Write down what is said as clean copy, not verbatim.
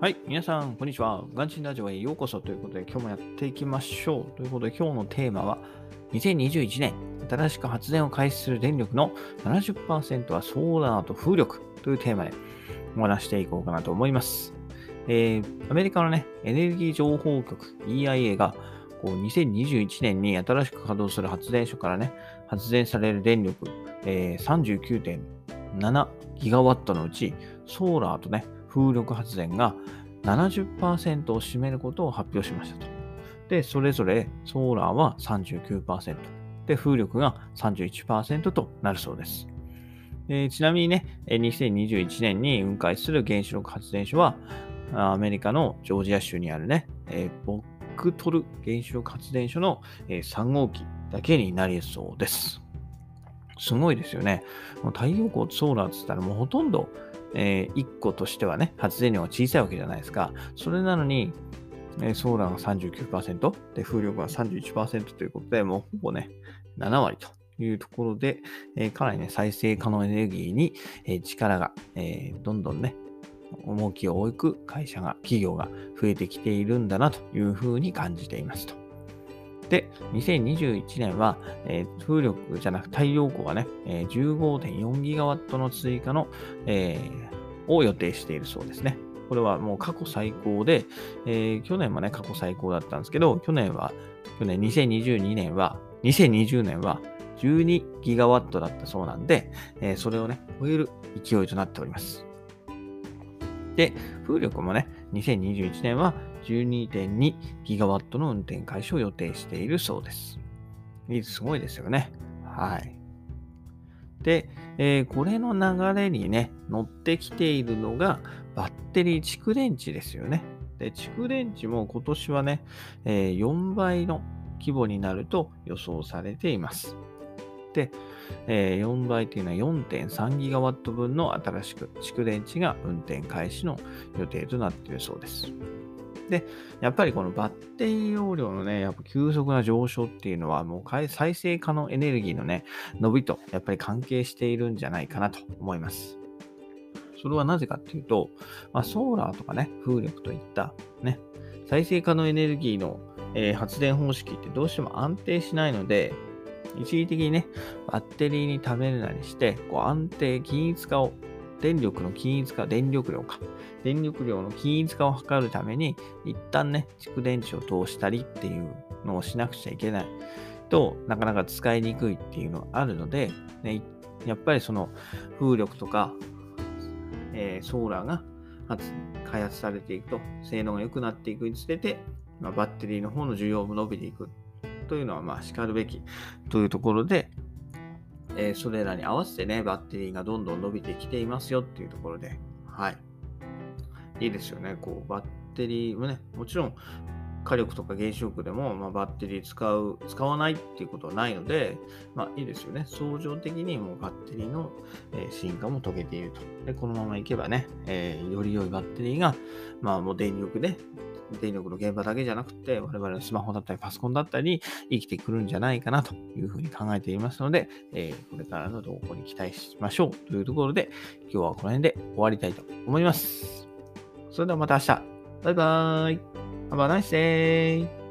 はい、皆さん、こんにちは。ガンチンラジオへようこそということで、今日もやっていきましょう。ということで、今日のテーマは、2021年、新しく発電を開始する電力の70%はソーラーと風力というテーマでお話していこうかなと思います。アメリカのね、エネルギー情報局 EIA が、2021年に新しく稼働する発電所からね、発電される電力、39.7ギガワットのうち、ソーラーとね、風力発電が70%を占めることを発表しましたと。で、それぞれソーラーは39%、で、風力が31%となるそうです。ちなみにね、2021年に運開する原子力発電所は、アメリカのジョージア州にあるね、ボックトル原子力発電所の3号機だけになりそうです。すごいですよね。もう太陽光とソーラーって言ったらもうほとんど、1個としてはね、発電量が小さいわけじゃないですか。それなのに、ソーラーが39%、で、風力が31%ということで、もうほぼね、7割というところで、かなりね、再生可能エネルギーに、力が、どんどんね、重きを置く会社が、企業が増えてきているんだなというふうに感じていますと。で、2021年は、風力じゃなく太陽光がね、15.4ギガワットの追加の、を予定しているそうですね。これはもう過去最高で、去年もね、過去最高だったんですけど、去年2020年は12ギガワットだったそうなんで、それをね、超える勢いとなっております。で、風力もね、2021年は12.2ギガワットの運転開始を予定しているそうです。すごいですよね。はい。で、これの流れにね、乗ってきているのがバッテリー蓄電池ですよね。で、蓄電池も今年はね、4倍の規模になると予想されています。で、4倍というのは4.3ギガワット分の新しく蓄電池が運転開始の予定となっているそうです。で、やっぱりこのバッテリー容量のね、やっぱ急速な上昇っていうのは、もう再生可能エネルギーのね、伸びとやっぱり関係しているんじゃないかなと思います。それはなぜかっていうと、ソーラーとかね、風力といったね、再生可能エネルギーの、発電方式ってどうしても安定しないので、一時的にね、バッテリーに貯めるなりして、安定、均一化を、電力の均一化、電力量か。電力量の均一化を図るために、一旦ね、蓄電池を通したりっていうのをしなくちゃいけないと、なかなか使いにくいっていうのがあるので、ね、やっぱりその風力とか、ソーラーが開発されていくと、性能が良くなっていくにつれて、バッテリーの方の需要も伸びていくというのは、叱るべきというところで、それらに合わせてね、バッテリーがどんどん伸びてきていますよっていうところで、はい。いいですよね。バッテリーもね、もちろん火力とか原子力でも、バッテリー使わないっていうことはないので、いいですよね。相乗的にもうバッテリーの、進化も遂げていると。で、このままいけばね、より良いバッテリーが、もう電力の現場だけじゃなくて、我々のスマホだったりパソコンだったり、生きてくるんじゃないかなというふうに考えていますので、これからの動向に期待しましょうというところで、今日はこの辺で終わりたいと思います。それではまた明日。バイバーイ。Have a nice day.